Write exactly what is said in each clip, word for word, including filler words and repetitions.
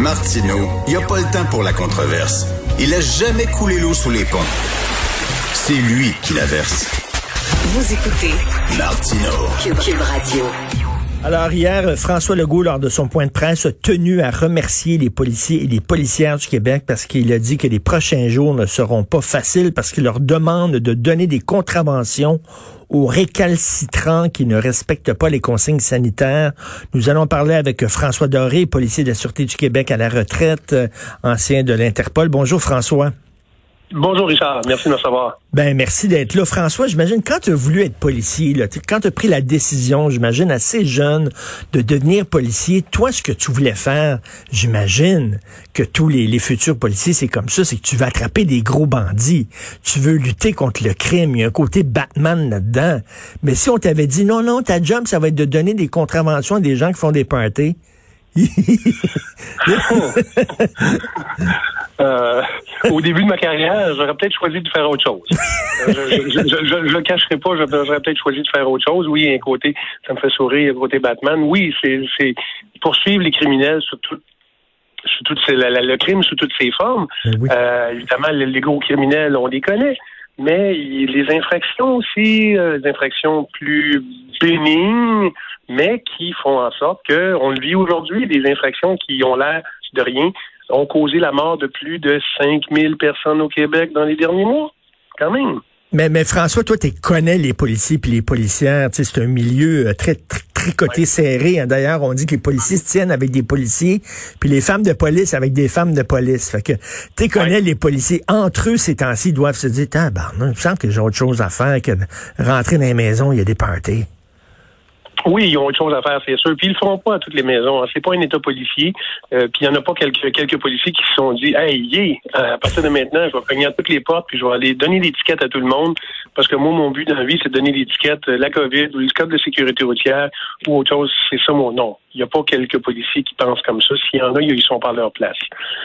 Martineau, il n'y a pas le temps pour la controverse. Il a jamais coulé l'eau sous les ponts. C'est lui qui la verse. Vous écoutez Martineau. Cube, Cube Radio. Alors hier, François Legault, lors de son point de presse, a tenu à remercier les policiers et les policières du Québec parce qu'il a dit que les prochains jours ne seront pas faciles parce qu'il leur demande de donner des contraventions aux récalcitrants qui ne respectent pas les consignes sanitaires. Nous allons parler avec François Doré, policier de la Sûreté du Québec à la retraite, ancien de l'Interpol. Bonjour François. Bonjour Richard, merci de me recevoir. Ben merci d'être là. François, j'imagine quand tu as voulu être policier, là, quand tu as pris la décision, j'imagine assez jeune, de devenir policier, toi ce que tu voulais faire, j'imagine que tous les, les futurs policiers, c'est comme ça, c'est que tu veux attraper des gros bandits, tu veux lutter contre le crime, il y a un côté Batman là-dedans. Mais si on t'avait dit non, non, ta job, ça va être de donner des contraventions à des gens qui font des parties. euh, au début de ma carrière, j'aurais peut-être choisi de faire autre chose. je ne le cacherai pas, j'aurais peut-être choisi de faire autre chose. Oui, un côté, ça me fait sourire, un côté Batman. Oui, c'est, c'est poursuivre les criminels sur tout, sur toutes ces, la, la, le crime sous toutes ses formes. Oui. Euh, évidemment, les, les gros criminels, on les connaît. Mais les infractions aussi, euh, les infractions plus bénignes, mais qui font en sorte que on le vit aujourd'hui, des infractions qui ont l'air de rien, ont causé la mort de plus de cinq mille personnes au Québec dans les derniers mois, quand même. Mais, mais François, toi, tu connais les policiers puis les policières. Tu sais, c'est un milieu très, très tricoté, ouais. serré. Hein. D'ailleurs, on dit que les policiers se tiennent avec des policiers, puis les femmes de police avec des femmes de police. Fait que tu connais ouais. les policiers. Entre eux, ces temps-ci, ils doivent se dire, ah, ben, il me semble que j'ai autre chose à faire que de rentrer dans les maisons, il y a des parties. Oui, ils ont autre chose à faire, c'est sûr. Puis ils le feront pas à toutes les maisons. Hein. C'est pas un État policier. Euh, puis il y en a pas quelques quelques policiers qui se sont dit, hey, yeah, à partir de maintenant, je vais cogner à toutes les portes, puis je vais aller donner l'étiquette à tout le monde, parce que moi, mon but dans la vie, c'est de donner l'étiquette la COVID ou le code de sécurité routière ou autre chose. C'est ça mon nom. Il y a pas quelques policiers qui pensent comme ça. S'il y en a, ils sont pas à leur place.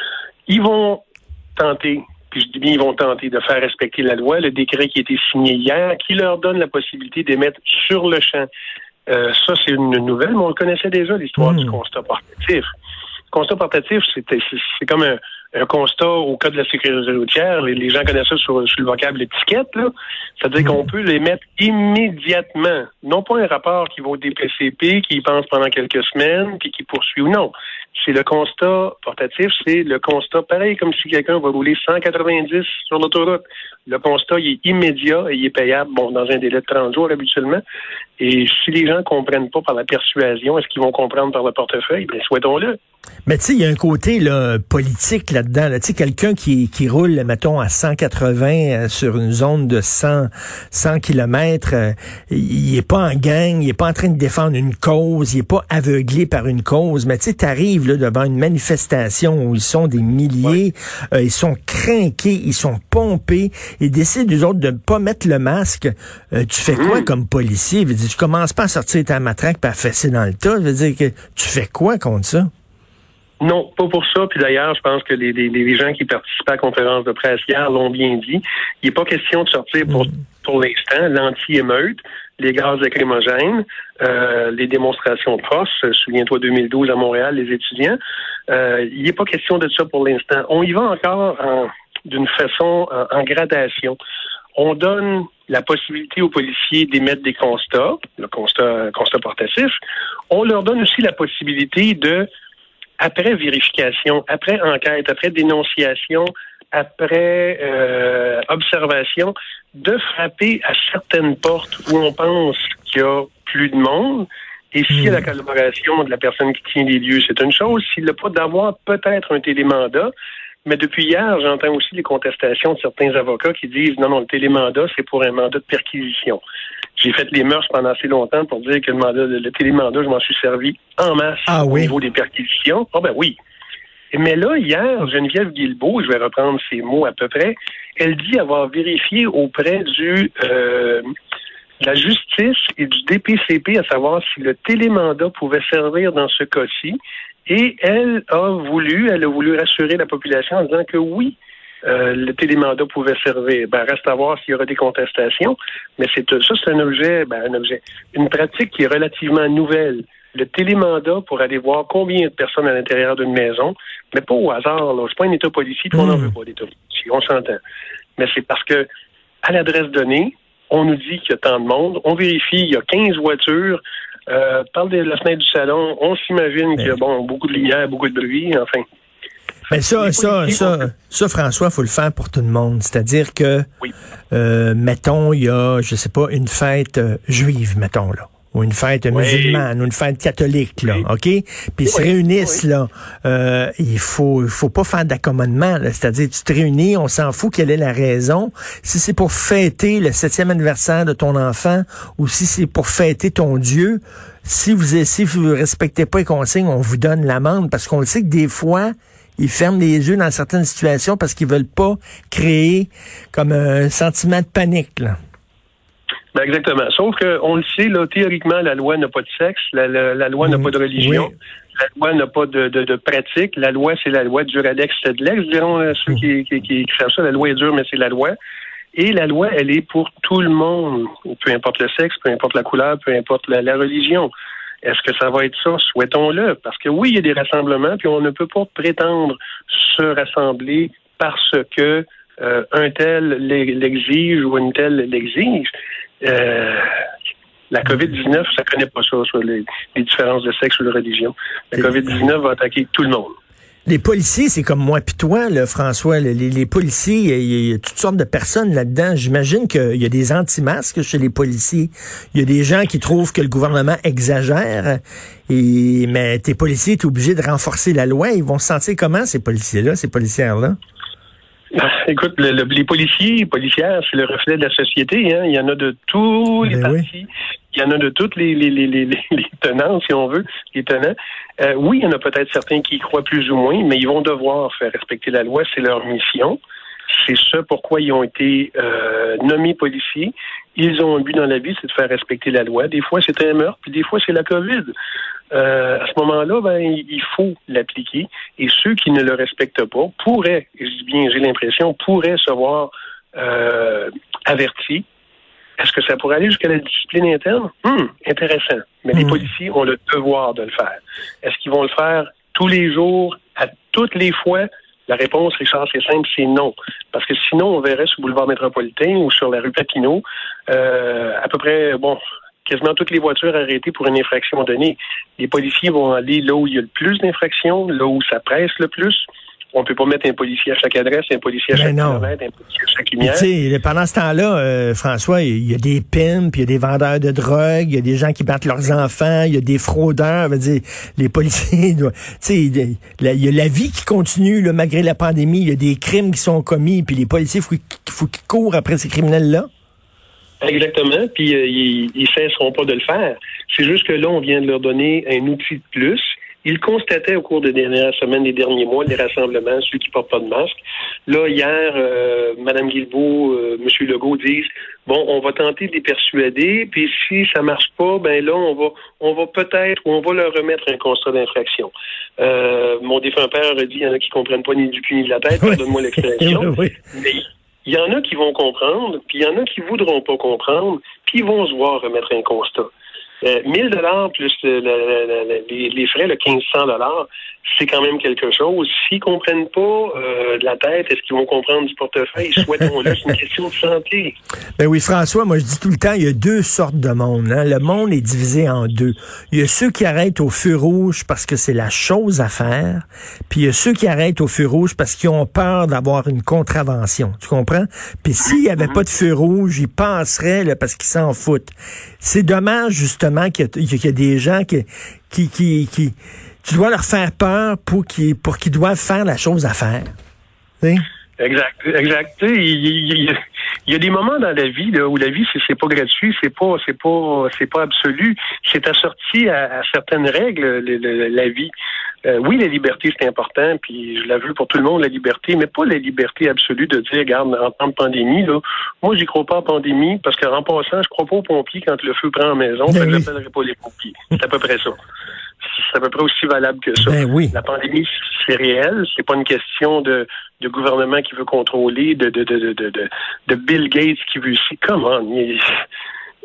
Ils vont tenter. Puis je dis bien, ils vont tenter de faire respecter la loi. Le décret qui a été signé hier, qui leur donne la possibilité d'émettre sur le champ. Euh, ça, c'est une nouvelle, mais on le connaissait déjà, l'histoire mmh. du constat portatif. Le constat portatif, c'est, c'est, c'est comme un, un constat au cas de la sécurité routière. Les, les gens connaissent ça sur, sur le vocable étiquette, là. C'est-à-dire mmh. qu'on peut les mettre immédiatement. Non pas un rapport qui va au D P C P, qui y pense pendant quelques semaines, puis qui poursuit ou non. C'est le constat portatif, c'est le constat pareil comme si quelqu'un va rouler cent quatre-vingt-dix sur l'autoroute. Le constat, il est immédiat et il est payable, bon, dans un délai de trente jours habituellement. Et si les gens comprennent pas par la persuasion, est-ce qu'ils vont comprendre par le portefeuille? Bien, souhaitons-le. Mais tu sais, il y a un côté là, politique là-dedans. Là. Tu sais, quelqu'un qui, qui roule, mettons, à cent quatre-vingts euh, sur une zone de cent, cent kilomètres, euh, il est pas en gang, il est pas en train de défendre une cause, il est pas aveuglé par une cause. Mais tu sais, t'arrives là devant une manifestation où ils sont des milliers, ouais. euh, ils sont crinqués, ils sont pompés, ils décident, eux autres, de ne pas mettre le masque. Euh, tu fais mmh. quoi comme policier? Veut dire, tu commences pas à sortir ta matraque et à fesser dans le tas. Veut dire que tu fais quoi contre ça? Non, pas pour ça. Puis d'ailleurs, je pense que les, les, les gens qui participaient à la conférence de presse hier l'ont bien dit. Il n'est pas question de sortir pour, mmh. pour l'instant l'anti-émeute, les gaz lacrymogènes, euh, les démonstrations de force. Souviens-toi deux mille douze à Montréal, les étudiants. Euh, il n'est pas question de ça pour l'instant. On y va encore en, d'une façon en, en gradation. On donne la possibilité aux policiers d'émettre des constats, le constat, constat portatif. On leur donne aussi la possibilité de, après vérification, après enquête, après dénonciation, après euh, observation, de frapper à certaines portes où on pense qu'il y a plus de monde. Et s'il y a la collaboration de la personne qui tient les lieux, c'est une chose. S'il n'a pas d'avoir peut-être un télémandat, mais depuis hier, j'entends aussi des contestations de certains avocats qui disent non, non, le télémandat, c'est pour un mandat de perquisition. J'ai fait les mœurs pendant assez longtemps pour dire que le mandat, le télémandat, je m'en suis servi en masse ah, au oui. niveau des perquisitions. Ah ben oui. Mais là, hier, Geneviève Guilbeault, je vais reprendre ses mots à peu près, elle dit avoir vérifié auprès du euh, de la justice et du D P C P à savoir si le télémandat pouvait servir dans ce cas-ci. Et elle a voulu, elle a voulu rassurer la population en disant que oui, euh, le télémandat pouvait servir. Ben, reste à voir s'il y aura des contestations. Mais c'est ça, c'est un objet, ben, un objet, une pratique qui est relativement nouvelle. le télémandat pour aller voir combien de personnes à l'intérieur d'une maison, mais pas au hasard, là. C'est pas un État policier, tout le monde n'en veut pas d'État policier, on s'entend. Mais c'est parce que, à l'adresse donnée, on nous dit qu'il y a tant de monde, on vérifie, il y a quinze voitures, euh, parle de la fenêtre du salon, on s'imagine qu'il y a, bon, beaucoup de lumière, beaucoup de bruit, enfin. Mais ça, ça, ça, ça, François, faut le faire pour tout le monde. C'est-à-dire que, oui. euh, mettons, il y a, je sais pas, une fête euh, juive, mettons, là. Ou une fête oui. musulmane, ou une fête catholique, là, oui. OK? Puis ils se oui. réunissent, oui. là. Euh, il faut, il faut pas faire d'accommodement, là. C'est-à-dire, tu te réunis, on s'en fout quelle est la raison. Si c'est pour fêter le septième anniversaire de ton enfant, ou si c'est pour fêter ton Dieu, si vous, si vous respectez pas les consignes, on vous donne l'amende, parce qu'on le sait que des fois, ils ferment les yeux dans certaines situations parce qu'ils veulent pas créer comme un sentiment de panique, là. Ben exactement. Sauf qu'on le sait, là, théoriquement, la loi n'a pas de sexe, la, la, la loi mmh. n'a pas de religion, oui. la loi n'a pas de, de, de pratique. La loi, c'est la loi du Alex de l'ex, diront euh, ceux mmh. qui, qui, qui, qui savent ça. La loi est dure, mais c'est la loi. Et la loi, elle est pour tout le monde, peu importe le sexe, peu importe la couleur, peu importe la, la religion. Est-ce que ça va être ça? Souhaitons-le. Parce que oui, il y a des rassemblements, puis on ne peut pas prétendre se rassembler parce que euh, un tel l'exige ou une telle l'exige. Euh, la covid dix-neuf, ça connaît pas ça, sur les, les différences de sexe ou de religion. La covid dix-neuf va attaquer tout le monde. Les policiers, c'est comme moi pis toi, là, François. Les, les policiers, il y, y a toutes sortes de personnes là-dedans. J'imagine qu'il y a des anti-masques chez les policiers. Il y a des gens qui trouvent que le gouvernement exagère. Et, mais tes policiers, t'es obligé de renforcer la loi. Ils vont se sentir comment, ces policiers-là, ces policières-là? Écoute, le, le, les policiers, policières, c'est le reflet de la société. Hein. Il y en a de tous les ben partis. Oui. Il y en a de toutes les, les, les, les, les tenants, si on veut, les tenants. Euh, oui, il y en a peut-être certains qui y croient plus ou moins, mais ils vont devoir faire respecter la loi. C'est leur mission. C'est ce pourquoi ils ont été euh, nommés policiers. Ils ont un but dans la vie, c'est de faire respecter la loi. Des fois, c'est un meurtre, puis des fois, c'est la COVID. Euh, à ce moment-là, ben, il faut l'appliquer. Et ceux qui ne le respectent pas pourraient, et je dis bien, j'ai l'impression, pourraient se voir euh, avertis. Est-ce que ça pourrait aller jusqu'à la discipline interne? Hum, intéressant. Mais mmh. les policiers ont le devoir de le faire. Est-ce qu'ils vont le faire tous les jours, à toutes les fois? La réponse, Richard, c'est simple, c'est non. Parce que sinon, on verrait sur le boulevard métropolitain ou sur la rue Papineau, euh, à peu près, bon, quasiment toutes les voitures arrêtées pour une infraction donnée. Les policiers vont aller là où il y a le plus d'infractions, là où ça presse le plus. On peut pas mettre un policier à chaque adresse, un policier à chaque kilomètre, un policier à chaque lumière. Tu sais, pendant ce temps-là, euh, François, il y a des pimps, il y a des vendeurs de drogue, il y a des gens qui battent leurs enfants, il y a des fraudeurs. Veut dire, les policiers, tu sais, il y a la vie qui continue là, malgré la pandémie. Il y a des crimes qui sont commis, puis les policiers, il faut, faut qu'ils courent après ces criminels-là. Exactement, puis euh, ils, ils cesseront pas de le faire. C'est juste que là, on vient de leur donner un outil de plus. Ils constataient au cours des dernières semaines, des derniers mois, les rassemblements, ceux qui portent pas de masque. Là, hier, euh, Mme Guilbeault, euh, M. Legault disent, bon, on va tenter de les persuader, puis si ça marche pas, ben là, on va on va peut-être, ou on va leur remettre un constat d'infraction. Euh, mon défunt père a dit, il y en a qui comprennent pas ni du cul ni de la tête, oui. pardonne-moi l'expression. oui. Mais il y en a qui vont comprendre, puis il y en a qui voudront pas comprendre, puis ils vont se voir remettre un constat. Euh, mille dollars plus le, le, le, les, les frais, le quinze cents dollars, c'est quand même quelque chose. S'ils comprennent pas euh, de la tête, est-ce qu'ils vont comprendre du portefeuille? Souhaitons-le, c'est une question de santé. Ben oui, François, moi je dis tout le temps, il y a deux sortes de monde. Hein. Le monde est divisé en deux. Il y a ceux qui arrêtent au feu rouge parce que c'est la chose à faire, puis il y a ceux qui arrêtent au feu rouge parce qu'ils ont peur d'avoir une contravention. Tu comprends? Puis s'il n'y avait mm-hmm. pas de feu rouge, ils passeraient là, parce qu'ils s'en foutent. C'est dommage, justement, qu'il y a, qu'il y a des gens qui, qui, qui, qui tu dois leur faire peur pour qu'ils, pour qu'ils doivent faire la chose à faire. T'sais? Exact, exact. Il, il, il, il y a des moments dans la vie là, où la vie c'est, c'est pas gratuit, c'est pas, c'est pas, c'est pas absolu. C'est assorti à, à certaines règles le, le, la vie. Euh, oui, la liberté c'est important, puis je la veux pour tout le monde la liberté, mais pas la liberté absolue de dire, regarde, en temps de pandémie là, moi j'y crois pas en pandémie parce qu'en passant, je crois pas aux pompiers quand le feu prend en maison, ben oui. Je n'appellerai pas les pompiers. C'est à peu près ça. C'est à peu près aussi valable que ça. Ben oui. La pandémie, c'est réel. C'est pas une question de, de gouvernement qui veut contrôler, de, de, de, de, de, de Bill Gates qui veut aussi. Comment?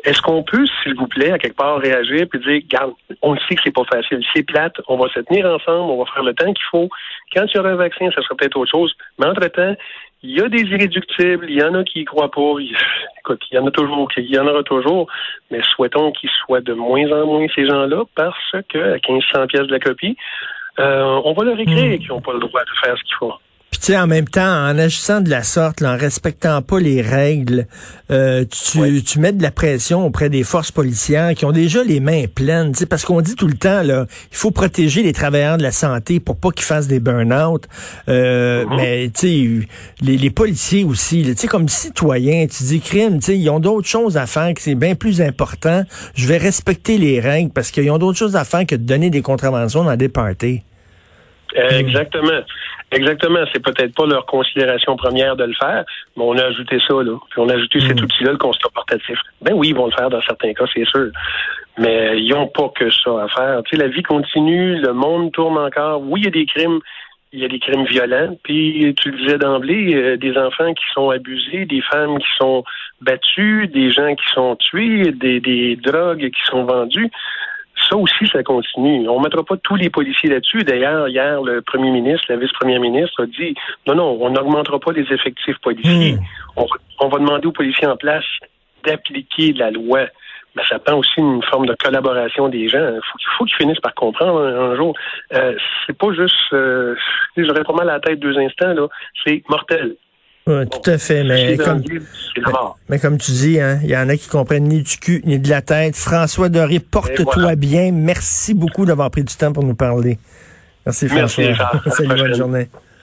Est-ce qu'on peut, s'il vous plaît, à quelque part réagir puis dire, regarde, on le sait que c'est pas facile, c'est plate, on va se tenir ensemble, on va faire le temps qu'il faut. Quand il y aura un vaccin, ça sera peut-être autre chose. Mais entre-temps, il y a des irréductibles, il y en a qui y croient pas. Il, écoute, il y en a toujours, il y en aura toujours. Mais souhaitons qu'ils soient de moins en moins ces gens-là parce que à quinze cents pièces de la copie, euh, on va leur écrire mmh. qu'ils n'ont pas le droit de faire ce qu'il faut. Puis tu sais, en même temps, en agissant de la sorte, là, en respectant pas les règles, euh, tu, oui. tu mets de la pression auprès des forces policières qui ont déjà les mains pleines, tu sais, parce qu'on dit tout le temps, là, il faut protéger les travailleurs de la santé pour pas qu'ils fassent des burn-out. Euh, mm-hmm. Mais tu sais, les, les policiers aussi, tu sais, comme citoyens, tu dis crime, tu sais, ils ont d'autres choses à faire, que c'est bien plus important. Je vais respecter les règles parce qu'ils ont d'autres choses à faire que de donner des contraventions dans des parties. Euh, exactement. Exactement. C'est peut-être pas leur considération première de le faire, mais on a ajouté ça, là. Puis on a ajouté mmh. cet outil-là, le constat portatif. Ben oui, ils vont le faire dans certains cas, c'est sûr. Mais ils n'ont pas que ça à faire. Tu sais, la vie continue, le monde tourne encore. Oui, il y a des crimes, il y a des crimes violents. Puis tu le disais d'emblée, euh, des enfants qui sont abusés, des femmes qui sont battues, des gens qui sont tués, des, des drogues qui sont vendues. Ça aussi, ça continue. On ne mettra pas tous les policiers là-dessus. D'ailleurs, hier, le premier ministre, la vice-première ministre a dit non, non, on n'augmentera pas les effectifs policiers. Mmh. On, on va demander aux policiers en place d'appliquer la loi. Mais ça prend aussi une forme de collaboration des gens. Il faut, faut qu'ils finissent par comprendre un, un jour. Euh, c'est pas juste... Euh, j'aurais pas mal à la tête deux instants, là. C'est mortel. Oui, tout à fait, mais comme, mais comme tu dis, hein, il y en a qui comprennent ni du cul, ni de la tête. François Doré, porte-toi voilà. bien. Merci beaucoup d'avoir pris du temps pour nous parler. Merci, François. Merci, Salut, bonne journée.